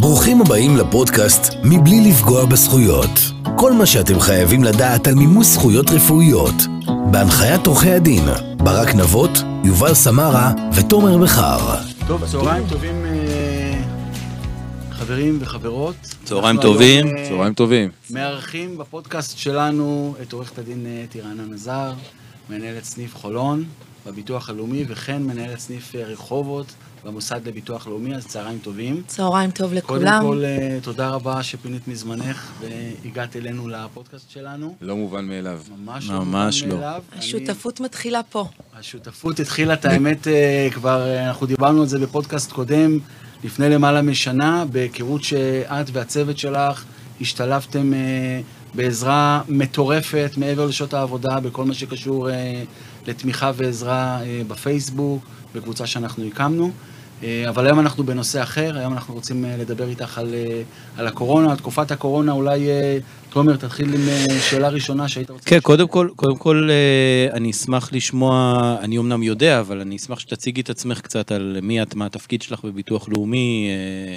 ברוכים הבאים לפודקאסט מבלי לפגוע בזכויות. כל מה שאתם חייבים לדעת על מימוש זכויות רפואיות. בהנחיית עורכי הדין, ברק נבות, יובל סמרה ותומר בחר. טוב, צהריים טובים חברים וחברות. צהריים טובים. צהריים טובים. מארחים בפודקאסט שלנו את עורכת הדין אתי רענן עזר, מנהלת סניף חולון בביטוח הלאומי, וכן מנהלת סניף רחובות במוסד לביטוח לאומי. אז צהריים טובים. צהריים טוב לכולם. קודם כל, תודה רבה שפינית מזמנך והגעת אלינו לפודקאסט שלנו. לא מובן מאליו. ממש לא. השותפות מתחילה פה. השותפות התחילה, את האמת, כבר אנחנו דיברנו על זה בפודקאסט קודם, לפני למעלה משנה, בהיכרות שאת והצוות שלך השתלבתם בעזרה מטורפת מעבר לשעות העבודה, בכל מה שקשור לתמיכה ועזרה בפייסבוק, בקבוצה שאנחנו הקמנו. אבל היום אנחנו בנושא אחר, היום אנחנו רוצים לדבר איתך על הקורונה, על תקופת הקורונה. אולי תומר תתחיל עם שאלה ראשונה שהיית רוצה... כן, קודם כל אני אשמח לשמוע, אני אמנם יודע, אבל אני אשמח שתציגי את עצמך קצת על מי את, מה התפקיד שלך בביטוח לאומי,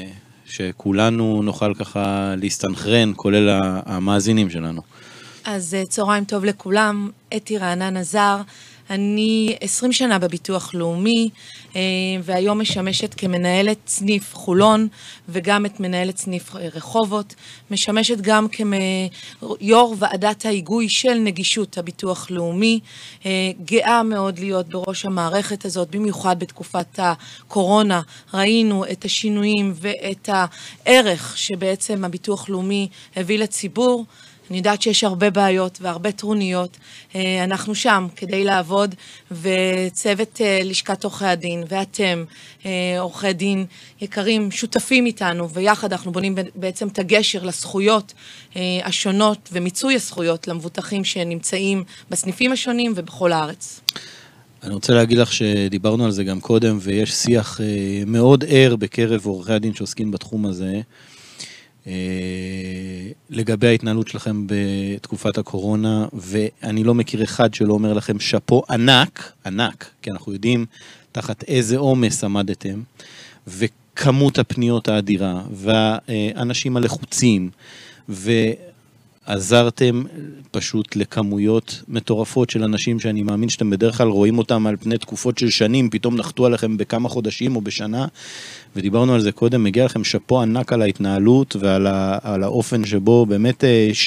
שכולנו נוכל ככה להסתנכרן, כולל המאזינים שלנו. אז צהריים טוב לכולם, אתי רענן עזר. אני 20 שנה בביטוח לאומי, והיום משמשת כמנהלת סניף חולון, וגם את מנהלת סניף רחובות. משמשת גם כיו"ר ועדת ההיגוי של נגישות הביטוח לאומי. גאה מאוד להיות בראש המערכת הזאת, במיוחד בתקופת הקורונה. ראינו את השינויים ואת הערך שבעצם הביטוח לאומי הביא לציבור. אני יודעת שיש הרבה בעיות והרבה טרוניות. אנחנו שם כדי לעבוד, וצוות לשכת עורכי הדין ואתם, עורכי דין יקרים, שותפים איתנו, ויחד אנחנו בונים בעצם את הגשר לזכויות השונות ומיצוי הזכויות למבוטחים שנמצאים בסניפים השונים ובכל הארץ. אני רוצה להגיד לך שדיברנו על זה גם קודם, ויש שיח מאוד ער בקרב עורכי הדין שעוסקים בתחום הזה, לגבי ההתנהלות שלכם בתקופת הקורונה, ואני לא מכיר אחד שלא אומר לכם שפו ענק, כי אנחנו יודעים תחת איזה עומס עמדתם, וכמות הפניות האדירה, והאנשים הלחוצים, ועזרתם פשוט לכמויות מטורפות של אנשים שאני מאמין שאתם בדרך כלל רואים אותם על פני תקופות של שנים, פתאום נחתו עליכם בכמה חודשים או בשנה, ודיברנו על זה קודם. מגיע לכם שפו ענק על ההתנהלות ועל האופן שבו באמת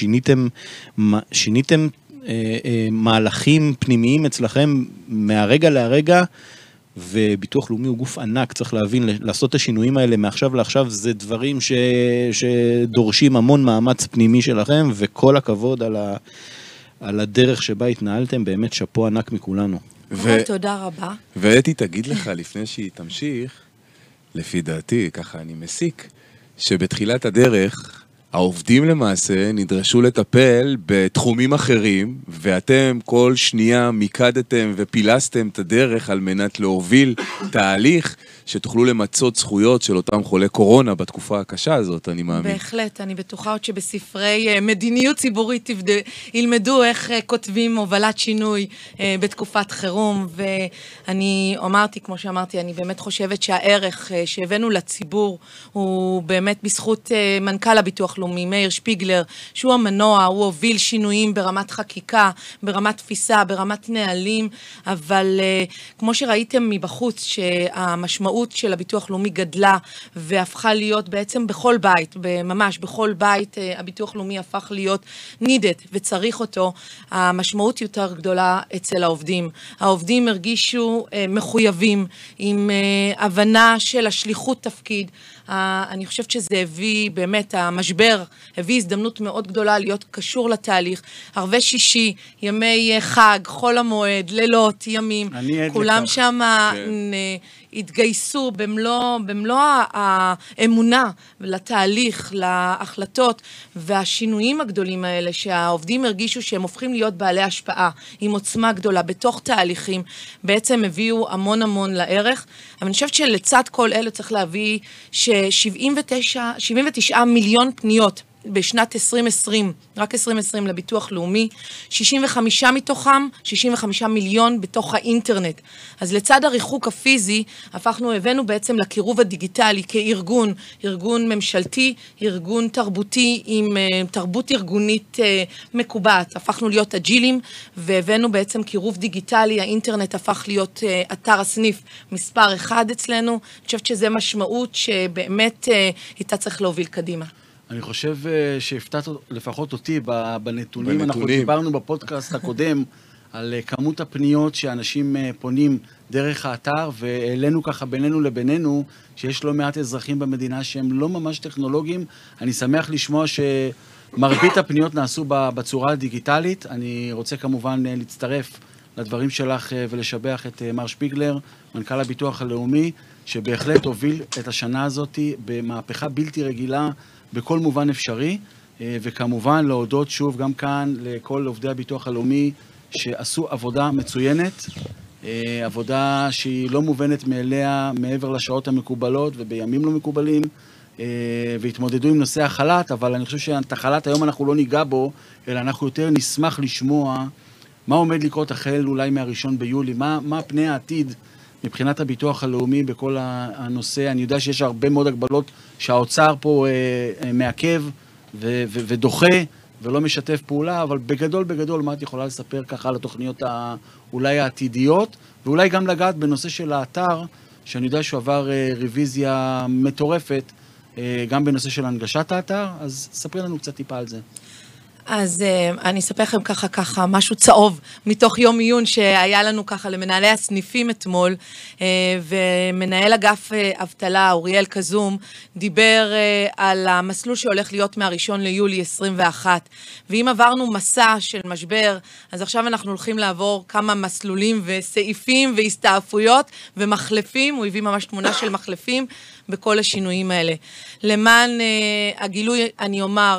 שיניתם מהלכים פנימיים אצלכם מהרגע להרגע, וביטוח לאומי הוא גוף ענק, צריך להבין, לעשות את השינויים האלה מעכשיו לעכשיו, זה דברים שדורשים המון מאמץ פנימי שלכם, וכל הכבוד על הדרך שבה התנהלתם, באמת שפו ענק מכולנו. תודה רבה. ואתי תגיד לך, לפני שהיא תמשיך, לפי דעתי, ככה אני מסיק, שבתחילת הדרך, העובדים למעשה נדרשו לטפל בתחומים אחרים, ואתם כל שנייה מיקדתם ופילסתם את הדרך על מנת להוביל תהליך שתוכלו למצות זכויות של אותם חולי קורונה בתקופה הקשה הזאת, אני מאמין. בהחלט, אני בטוחה עוד שבספרי מדיניות ציבורית ילמדו איך כותבים הובלת שינוי בתקופת חירום, ואני אמרתי, כמו שאמרתי, אני באמת חושבת שהערך שהבאנו לציבור הוא באמת בזכות מנכ"ל הביטוח לאומי, מאיר שפיגלר, שהוא המנוע, הוא הוביל שינויים ברמת חקיקה, ברמת תפיסה, ברמת נהלים, אבל כמו שראיתם מבחוץ, שהמשמעות של הביטוח לאומי גדלה, והפכה להיות בעצם בכל בית, ממש בכל בית, הביטוח לאומי הפך להיות נידד, וצריך אותו. המשמעות יותר גדולה אצל העובדים. העובדים הרגישו מחויבים, עם הבנה של השליחות תפקיד. אני חושבת שזה הביא, באמת, המשבר הביא הזדמנות מאוד גדולה להיות קשור לתהליך. ערבי שישי, ימי חג, חול המועד, לילות, ימים, כולם שם התגייסו במלוא האמונה לתהליך, להחלטות, והשינויים הגדולים האלה שהעובדים הרגישו שהם הופכים להיות בעלי השפעה עם עוצמה גדולה בתוך תהליכים, בעצם הביאו המון לערך. אבל אני חושבת שלצד כל אלה צריך להביא ש79 מיליון פניות בשנת 2020, רק 2020 לביטוח לאומי, 65 מתוכם, 65 מיליון בתוך האינטרנט. אז לצד הריחוק הפיזי, הבאנו בעצם לקירוב הדיגיטלי כארגון, ארגון ממשלתי, ארגון תרבותי עם תרבות ארגונית מקובעת. הפכנו להיות אג'ילים, והבאנו בעצם קירוב דיגיטלי, האינטרנט הפך להיות אתר הסניף מספר 1 אצלנו. אני חושבת שזה משמעות שבאמת הייתה צריך להוביל קדימה. אני חושב שהפתעת לפחות אותי בנתונים. אנחנו דיברנו בפודקאסט הקודם על כמות הפניות שאנשים פונים דרך האתר, והעלינו ככה בינינו לבינינו שיש לא מעט אזרחים במדינה שהם לא ממש טכנולוגיים. אני שמח לשמוע שמרבית הפניות נעשו בצורה הדיגיטלית. אני רוצה כמובן להצטרף לדברים שלך ולשבח את מר שפיגלר, מנכ"ל הביטוח הלאומי, שבהחלט הוביל את השנה הזאת במהפכה בלתי רגילה בכל מובן אפשרי, וכמובן להודות שוב גם כאן לכל עובדי הביטוח הלאומי שעשו עבודה מצוינת, עבודה שהיא לא מובנת מאליה מעבר לשעות המקובלות ובימים לא מקובלים, והתמודדו עם נושא החל"ת, אבל אני חושב שאת החל"ת היום אנחנו לא ניגע בו, אלא אנחנו יותר נשמח לשמוע מה עומד לקרות החל אולי מה-1 ביולי, מה פני העתיד מבחינת הביטוח הלאומי בכל הנושא. אני יודע שיש הרבה מאוד הגבלות שהאוצר פה מעכב ודוחה ולא משתף פעולה, אבל בגדול, מה את יכולה לספר ככה על התוכניות אולי העתידיות, ואולי גם לגעת בנושא של האתר, שאני יודע שהוא עבר רוויזיה מטורפת, גם בנושא של הנגשת האתר, אז ספרי לנו קצת טיפה על זה. אז אני אספר לכם ככה משהו צהוב מתוך יום עיון שהיה לנו ככה למנהלי הסניפים אתמול, ומנהל אגף אבטלה אוריאל קזום דיבר על המסלול שהולך להיות מה-1 ליולי 21, ואם עברנו מסע של משבר, אז עכשיו אנחנו הולכים לעבור כמה מסלולים וסעיפים והסתעפויות ומחלפים, הוא הביא ממש תמונה של מחלפים בכל השינויים האלה. למען הגילוי אני אומר,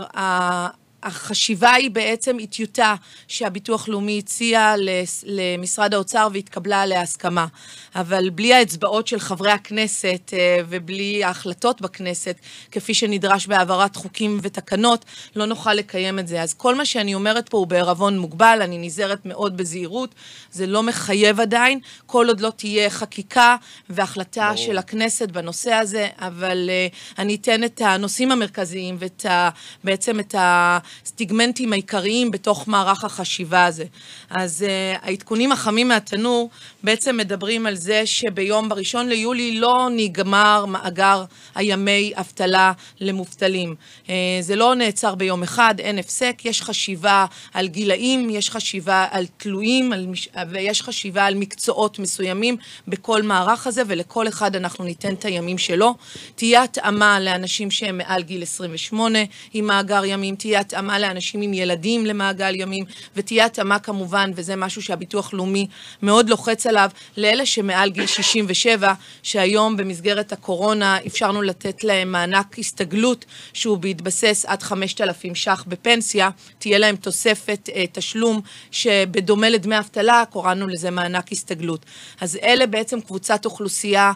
החשיבה היא בעצם טיוטה שהביטוח לאומי הציע למשרד האוצר והתקבלה עליה הסכמה. אבל בלי האצבעות של חברי הכנסת ובלי ההחלטות בכנסת, כפי שנדרש בהעברת חוקים ותקנות, לא נוכל לקיים את זה. אז כל מה שאני אומרת פה הוא בערבון מוגבל, אני נזהרת מאוד בזהירות, זה לא מחייב עדיין, כל עוד לא תהיה חקיקה והחלטה של הכנסת בנושא הזה, אבל אני אתן את הנושאים המרכזיים ובעצם את הסטיגמנטים העיקריים בתוך מערך החשיבה הזה. אז העדכונים החמים מהתנור בעצם מדברים על זה שביום 1 ליולי לא נגמר מאגר הימי אבטלה למובטלים. זה לא נעצר ביום אחד, אין הפסק, יש חשיבה על גילאים, יש חשיבה על תלויים, ויש חשיבה על מקצועות מסוימים בכל מערך הזה, ולכל אחד אנחנו ניתן את הימים שלו. תהיה התאמה לאנשים שהם מעל גיל 28 עם מאגר ימים, תהיה התאמה לאנשים עם ילדים למעגל ימים, ותהיה התאמה כמובן, וזה משהו שהביטוח לאומי מאוד לוחץ עליו, לאלה שמעל גיל 67, שהיום במסגרת הקורונה אפשרנו לתת להם מענק הסתגלות, שהוא בהתבסס עד 5,000 ש"ח בפנסיה, תהיה להם תוספת תשלום, שבדומה לדמי אבטלה, קוראנו לזה מענק הסתגלות. אז אלה בעצם קבוצת אוכלוסייה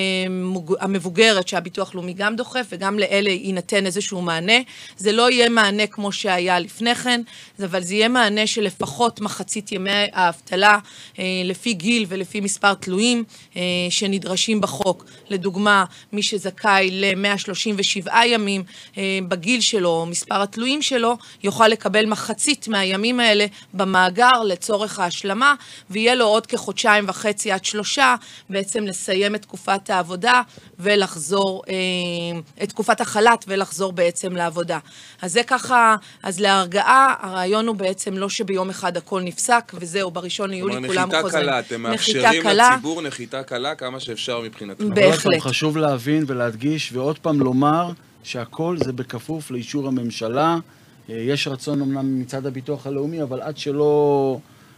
המבוגרת, שהביטוח לאומי גם דוחף, וגם לאלה יינתן איזשהו מענה. זה לא יהיה מענה כמו שהיה לפני כן, אבל זה יהיה מענה שלפחות מחצית ימי האבטלה, לפי גיל ולפי מספר תלויים, שנדרשים בחוק. לדוגמה, מי שזכאי ל-137 ימים בגיל שלו, מספר התלויים שלו, יוכל לקבל מחצית מהימים האלה במאגר לצורך ההשלמה, ויהיה לו עוד כחודשיים וחצי עד 3, בעצם לסיים את תקופת העבודה ולחזור, את תקופת החל"ת ולחזור בעצם לעבודה. אז זה ככה, אז להרגעה, הרעיון הוא בעצם לא שביום אחד הכל נפסק, וזהו, 1 ליולי כולם חוזרים. נחיתה קלה, אתם מאפשרים לציבור נחיתה קלה כמה שאפשר מבחינתכם. בהחלט. חשוב להבין ולהדגיש, ועוד פעם לומר שהכל זה בכפוף לאישור הממשלה. יש רצון אמנם מצד הביטוח הלאומי, אבל עד שלא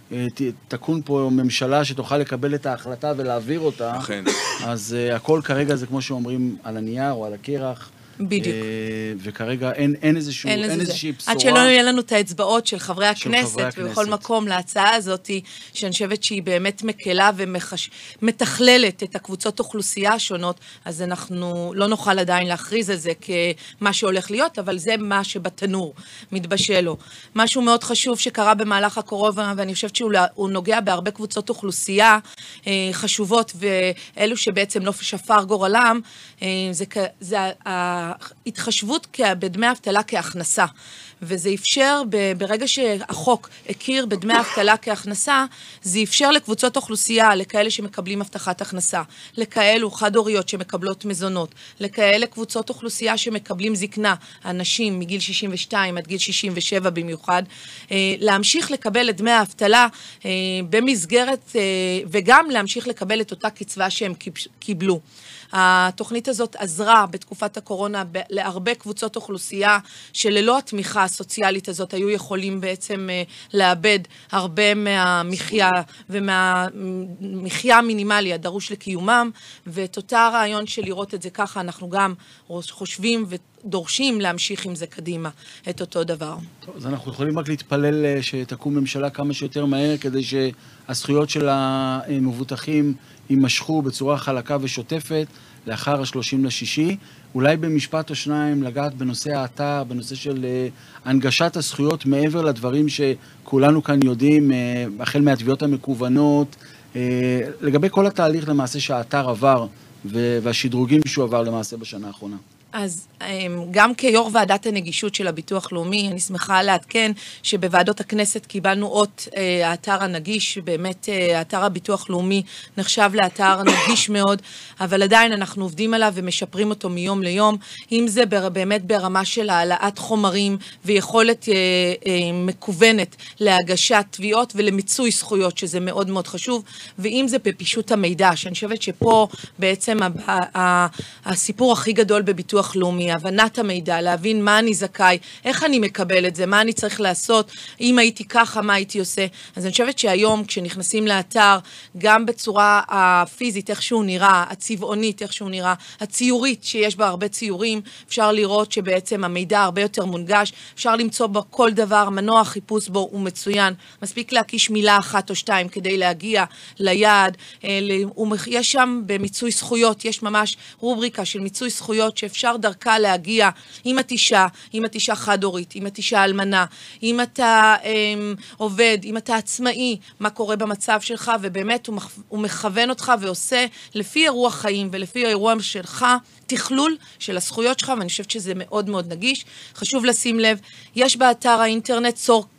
תקון פה ממשלה שתוכל לקבל את ההחלטה ולהעביר אותה, אכן. אז הכל כרגע זה כמו שאומרים על הנייר או על הקרח, בדיוק. וכרגע אין איזושהי בשורה. עד שלא יהיה לנו את האצבעות של חברי הכנסת, ובכל מקום להצעה הזאת, שאני חושבת שהיא באמת מקלה ומתכללת את הקבוצות אוכלוסייה השונות, אז אנחנו לא נוכל עדיין להכריז על זה כמה שהולך להיות, אבל זה מה שבתנור מתבשל לו. משהו מאוד חשוב שקרה במהלך הקורונה, ואני חושבת שהוא נוגע בהרבה קבוצות אוכלוסייה חשובות, ואלו שבעצם לא שפר גורלם, זה ההתחשבות בדמי אבטלה כהכנסה. וזה אפשר, ברגע שהחוק הכיר בדמי אבטלה כהכנסה, זה אפשר לקבוצות אוכלוסייה, לכאלה שמקבלים הבטחת הכנסה, לכאלו חד-הוריות שמקבלות מזונות, לכאלה קבוצות אוכלוסייה שמקבלים זקנה, אנשים מגיל 62 עד גיל 67 במיוחד, להמשיך לקבל את דמי האבטלה במסגרת, וגם להמשיך לקבל את אותה קצבה שהם קיבלו. התוכנית הזאת עזרה בתקופת הקורונה להרבה קבוצות אוכלוסייה שללא התמיכה הסוציאלית הזאת היו יכולים בעצם לאבד הרבה מהמחיה ומהמחיה המינימלי הדרוש לקיומם, ואת אותה רעיון של לראות את זה ככה אנחנו גם חושבים ודורשים להמשיך עם זה קדימה, את אותו דבר. טוב, אז אנחנו יכולים רק להתפלל שתקום ממשלה כמה שיותר מהר כדי שהזכויות של המבוטחים יימשכו בצורה חלקה ושוטפת לאחר ה-30/6. אולי במשפט או שניים לגעת בנושא האתר, בנושא של הנגשת הזכויות מעבר לדברים שכולנו כאן יודעים, החל מהתביעות המקוונות, לגבי כל התהליך למעשה שהאתר עבר והשדרוגים שהוא עבר למעשה בשנה האחרונה. אז גם כיו"ר ועדת הנגישות של הביטוח לאומי, אני שמחה לעדכן שבוועדות הכנסת קיבלנו אות האתר הנגיש, באמת האתר הביטוח לאומי נחשב לאתר נגיש מאוד, אבל עדיין אנחנו עובדים עליו ומשפרים אותו מיום ליום, אם זה באמת ברמה של העלאת חומרים ויכולת מקוונת להגשת תביעות ולמיצוי זכויות, שזה מאוד מאוד חשוב, ואם זה בפישוט המידע, שאני חושבת שפה בעצם הסיפור הכי גדול בביטוח לאומי, הבנת המידע, להבין מה אני זכאי, איך אני מקבל את זה, מה אני צריך לעשות, אם הייתי ככה, מה הייתי עושה. אז אני חושבת שהיום, כשנכנסים לאתר, גם בצורה הפיזית, איך שהוא נראה, הצבעונית, איך שהוא נראה, הציורית, שיש בה הרבה ציורים, אפשר לראות שבעצם המידע הרבה יותר מונגש, אפשר למצוא בו כל דבר, מנוע החיפוש בו הוא מצוין, מספיק להקיש מילה אחת או שתיים כדי להגיע ליעד, יש שם במיצוי זכויות, יש ממש רובריקה של מיצוי זכויות שאפשר דרכה להגיע, אם את אישה חד-הורית, אם את אישה אלמנה, אם אתה עובד, אם אתה עצמאי, מה קורה במצב שלך, ובאמת הוא מכוון אותך ועושה לפי אירוע חיים ולפי האירוע שלך, תכלול של הזכויות שלך, ואני חושבת שזה מאוד מאוד נגיש. חשוב לשים לב, יש באתר האינטרנט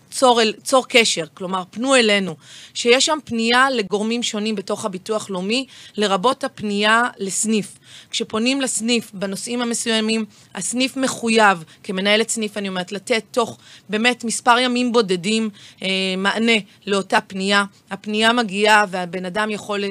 צור קשר, כלומר פנו אלינו, שיש שם פנייה לגורמים שונים בתוך הביטוח לאומי, לרבות הפנייה לסניף. כשפונים לסניף בנושאים המסוימים, הסניף מחויב, כמנהלת סניף אני אומרת, לתת תוך באמת מספר ימים בודדים מענה לאותה פנייה. הפנייה מגיעה והבן אדם יכול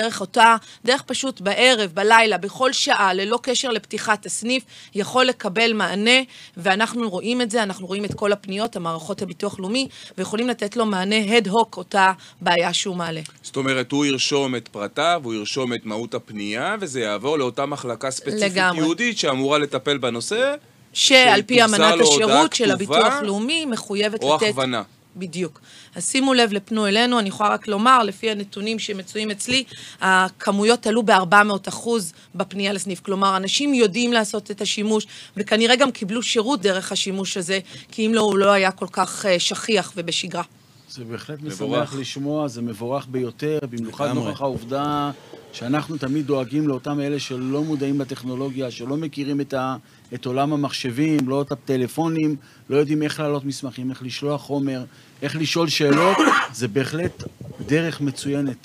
דרך פשוט בערב, בלילה, בכל שעה, ללא קשר לפתיחת הסניף, יכול לקבל מענה, ואנחנו רואים את זה, אנחנו רואים את כל הפניות, המערכות הביטוח לאומי, ויכולים לתת לו מענה הד-הוק אותה בעיה שהוא מעלה. זאת אומרת, הוא ירשום את פרטיו, הוא ירשום את מהות הפנייה, וזה יעבור לאותה מחלקה ספציפית יהודית שאמורה לטפל בנושא, שעל פי אמנת השירות של הביטוח לאומי מחויבת לתת... או הכוונה. בדיוק. אז שימו לב, לפנו אלינו, אני יכולה רק לומר, לפי הנתונים שמצויים אצלי, הכמויות עלו ב-400% בפנייה לסניף. כלומר, אנשים יודעים לעשות את השימוש, וכנראה גם קיבלו שירות דרך השימוש הזה, כי אם לא, הוא לא היה כל כך שכיח ובשגרה. זה בהחלט משמח לשמוע, זה מבורך ביותר, במיוחד נוכח העובדה שאנחנו תמיד דואגים לאותם אלה שלא מודעים לטכנולוגיה, שלא מכירים את עולם המחשבים, לא את הטלפונים, לא יודעים איך להעלות מסמכים, איך לשלוח חומר, איך לשאול שאלות, זה בהחלט דרך מצוינת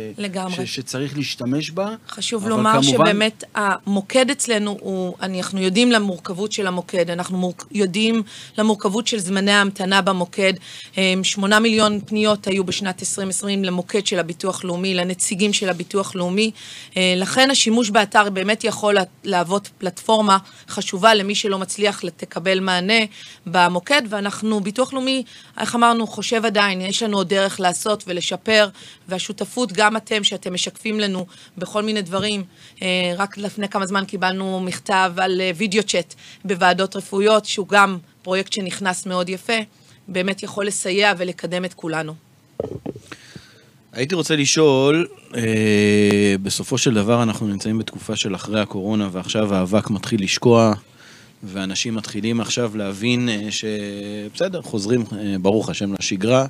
שצריך להשתמש בה. חשוב לומר שבאמת המוקד אצלנו אנחנו יודעים למורכבות של המוקד, אנחנו יודעים למורכבות של זמני ההמתנה במוקד, 8 מיליון פניות היו בשנת 2020 למוקד של הביטוח לאומי, לנציגים של הביטוח לאומי, לכן השימוש באתר באמת יכול להוות פלטפורמה חשובה למי שלא מצליח לקבל מענה במוקד, ואנחנו ביטוח לאומי, איך אמרנו, חושב עדיין, יש לנו עוד דרך לעשות ולשפר להשתפר, והשותפות, גם אתם, שאתם משקפים לנו בכל מיני דברים. רק לפני כמה זמן קיבלנו מכתב על וידאו צ'אט בוועדות רפואיות, שהוא גם פרויקט שנכנס מאוד יפה, באמת יכול לסייע ולקדם את כולנו. הייתי רוצה לשאול, בסופו של דבר אנחנו נמצאים בתקופה של אחרי הקורונה, ועכשיו האבק מתחיל לשקוע, ואנשים מתחילים עכשיו להבין שבסדר, חוזרים ברוך השם לשגרה,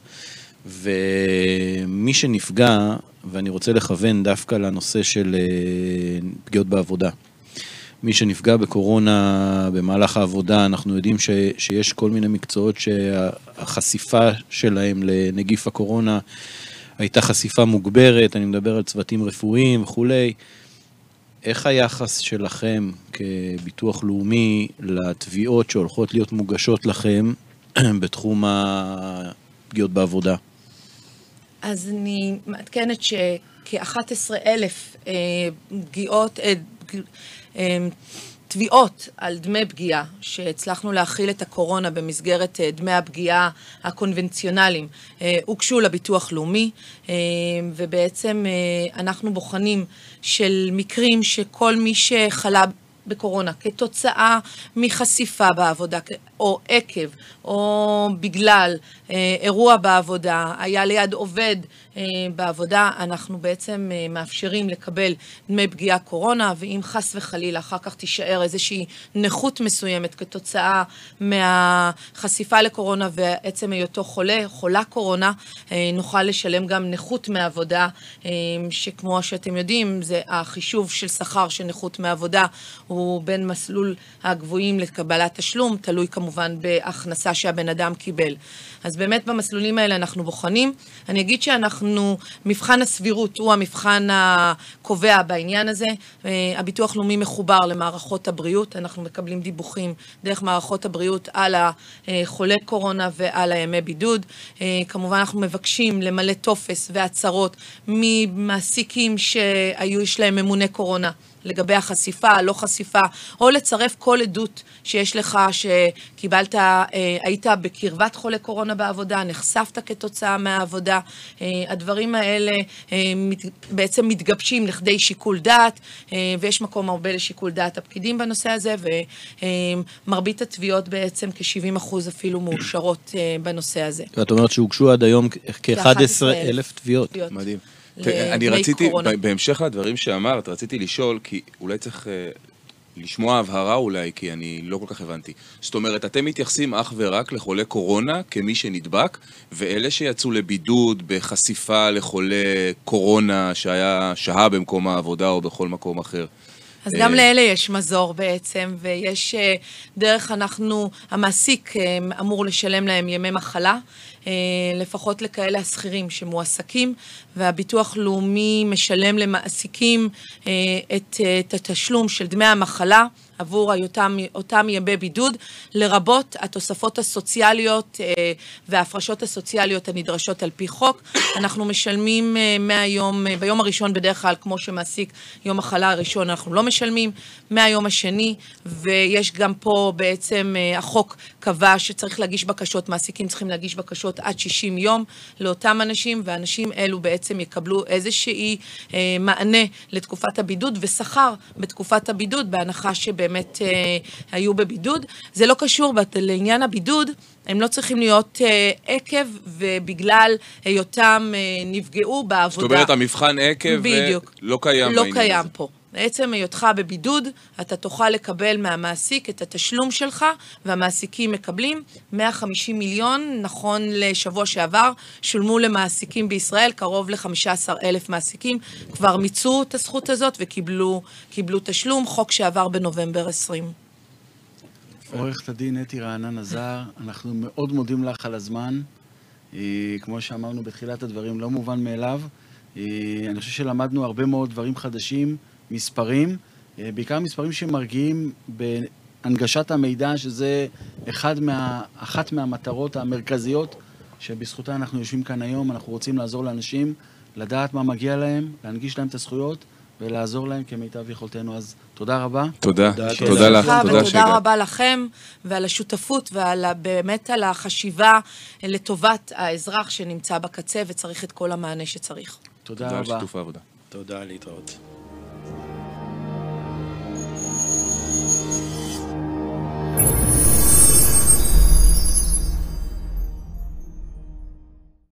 ומי שנפגע, ואני רוצה לכוון דווקא לנושא של פגיעות בעבודה. מי שנפגע בקורונה במהלך העבודה, אנחנו יודעים שיש כל מיני מקצועות שהחשיפה שלהם לנגיף הקורונה הייתה חשיפה מוגברת, אני מדבר על צוותים רפואיים וכולי. איך היחס שלכם כביטוח לאומי לתביעות שהולכות להיות מוגשות לכם בתחום הפגיעות בעבודה? אז אני מעדכנת שכ-11,000 פגיעות, תביעות על דמי פגיעה שהצלחנו להכיל את הקורונה במסגרת דמי הפגיעה הקונבנציונליים הוגשו לביטוח לאומי, ובעצם אנחנו בוחנים של מקרים שכל מי שחלה בקורונה כתוצאה מחשיפה בעבודה או עקב או בגלל אירוע בעבודה, היה ליד עובד בעבודה, אנחנו בעצם מאפשרים לקבל דמי פגיעה קורונה, ואם חס וחלילה אחר כך תישאר איזושהי נכות מסוימת כתוצאה מהחשיפה לקורונה ועצם היותו חולה קורונה, נוכל לשלם גם נכות מעבודה, שכמו שאתם יודעים, זה החישוב של שכר של נכות מעבודה, הוא בין מסלול הגבוהים לקבלת תשלום, תלוי כמובן בהכנסה שהבן אדם קיבל. אז באמת במסלולים האלה אנחנו בוחנים. אני אגיד שאנחנו, מבחן הסבירות הוא המבחן הקובע בעניין הזה. הביטוח לאומי מחובר למערכות הבריאות, אנחנו מקבלים דיווחים דרך מערכות הבריאות על החולה קורונה ועל הימי בידוד. כמובן אנחנו מבקשים למלא טופס והצהרות ממעסיקים שיש להם ממונה קורונה. לגבי החשיפה, לא חשיפה, או לצרף כל עדות שיש לך שקיבלת, היית בקרבת חולה קורונה בעבודה, נחשפת כתוצאה מהעבודה. הדברים האלה בעצם מתגבשים לכדי שיקול דעת, ויש מקום הרבה לשיקול דעת הפקידים בנושא הזה, ומרבית התביעות בעצם כ-70% אפילו מאושרות בנושא הזה. ואת אומרת שהוגשו עד היום כ-11,000 תביעות. מדהים. אני רציתי, בהמשך לדברים שאמרת, רציתי לשאול, כי אולי צריך לשמוע הבהרה אולי, כי אני לא כל כך הבנתי. זאת אומרת, אתם מתייחסים אך ורק לחולה קורונה כמי שנדבק, ואלה שיצאו לבידוד בחשיפה לחולה קורונה שהה במקום העבודה או בכל מקום אחר. אז גם לאלה יש מזור בעצם, ויש דרך המעסיק אמור לשלם להם ימי מחלה, לפחות לכאלה הסחירים שמועסקים, והביטוח לאומי משלם למעסיקים את התשלום של דמי המחלה עבור אותם ימי בידוד, לרבות התוספות הסוציאליות וההפרשות הסוציאליות הנדרשות על פי חוק. אנחנו משלמים ביום הראשון בדרך כלל, כמו שמעסיק יום מחלה הראשון, אנחנו לא משלמים, מהיום השני, ויש גם פה בעצם החוק קבע שצריך להגיש בקשות, מעסיקים צריכים להגיש בקשות עד 60 יום לאותם אנשים, ואנשים אלו בעצם יקבלו איזושהי מענה לתקופת הבידוד ושכר בתקופת הבידוד, בהנחה שבאמת היו בבידוד. זה לא קשור לעניין הבידוד, הם לא צריכים להיות עקב ובגלל היותם נפגעו בעבודה. זאת אומרת, המבחן עקב לא קיים לא קיים פה. בעצם היותך בבידוד, אתה תוכל לקבל מהמעסיק את התשלום שלך, והמעסיקים מקבלים 150 מיליון, נכון לשבוע שעבר, שולמו למעסיקים בישראל, קרוב ל-15,000 מעסיקים, כבר מיצו את הזכות הזאת וקיבלו תשלום, חוק שעבר בנובמבר 20. עורכת הדין אתי רענן עזר, אנחנו מאוד מודים לך על הזמן, כמו שאמרנו בתחילת הדברים, לא מובן מאליו, אני חושב שלמדנו הרבה מאוד דברים חדשים, מספרים, בעיקר מספרים שמרגיעים בהנגשת המידע, שזה אחת מהמטרות המרכזיות שבזכותה אנחנו יושבים כאן היום. אנחנו רוצים לעזור לאנשים, לדעת מה מגיע להם, להנגיש להם את הזכויות, ולעזור להם כמיטב יכולתנו. אז תודה רבה. תודה, תודה תודה לך, תודה ותודה שהגעת. רבה לכם, ועל השותפות, ובאמת על החשיבה לטובת האזרח שנמצא בקצה, וצריך את כל המענה שצריך. תודה תודה על רבה. שיתוף העבודה. תודה, להתראות.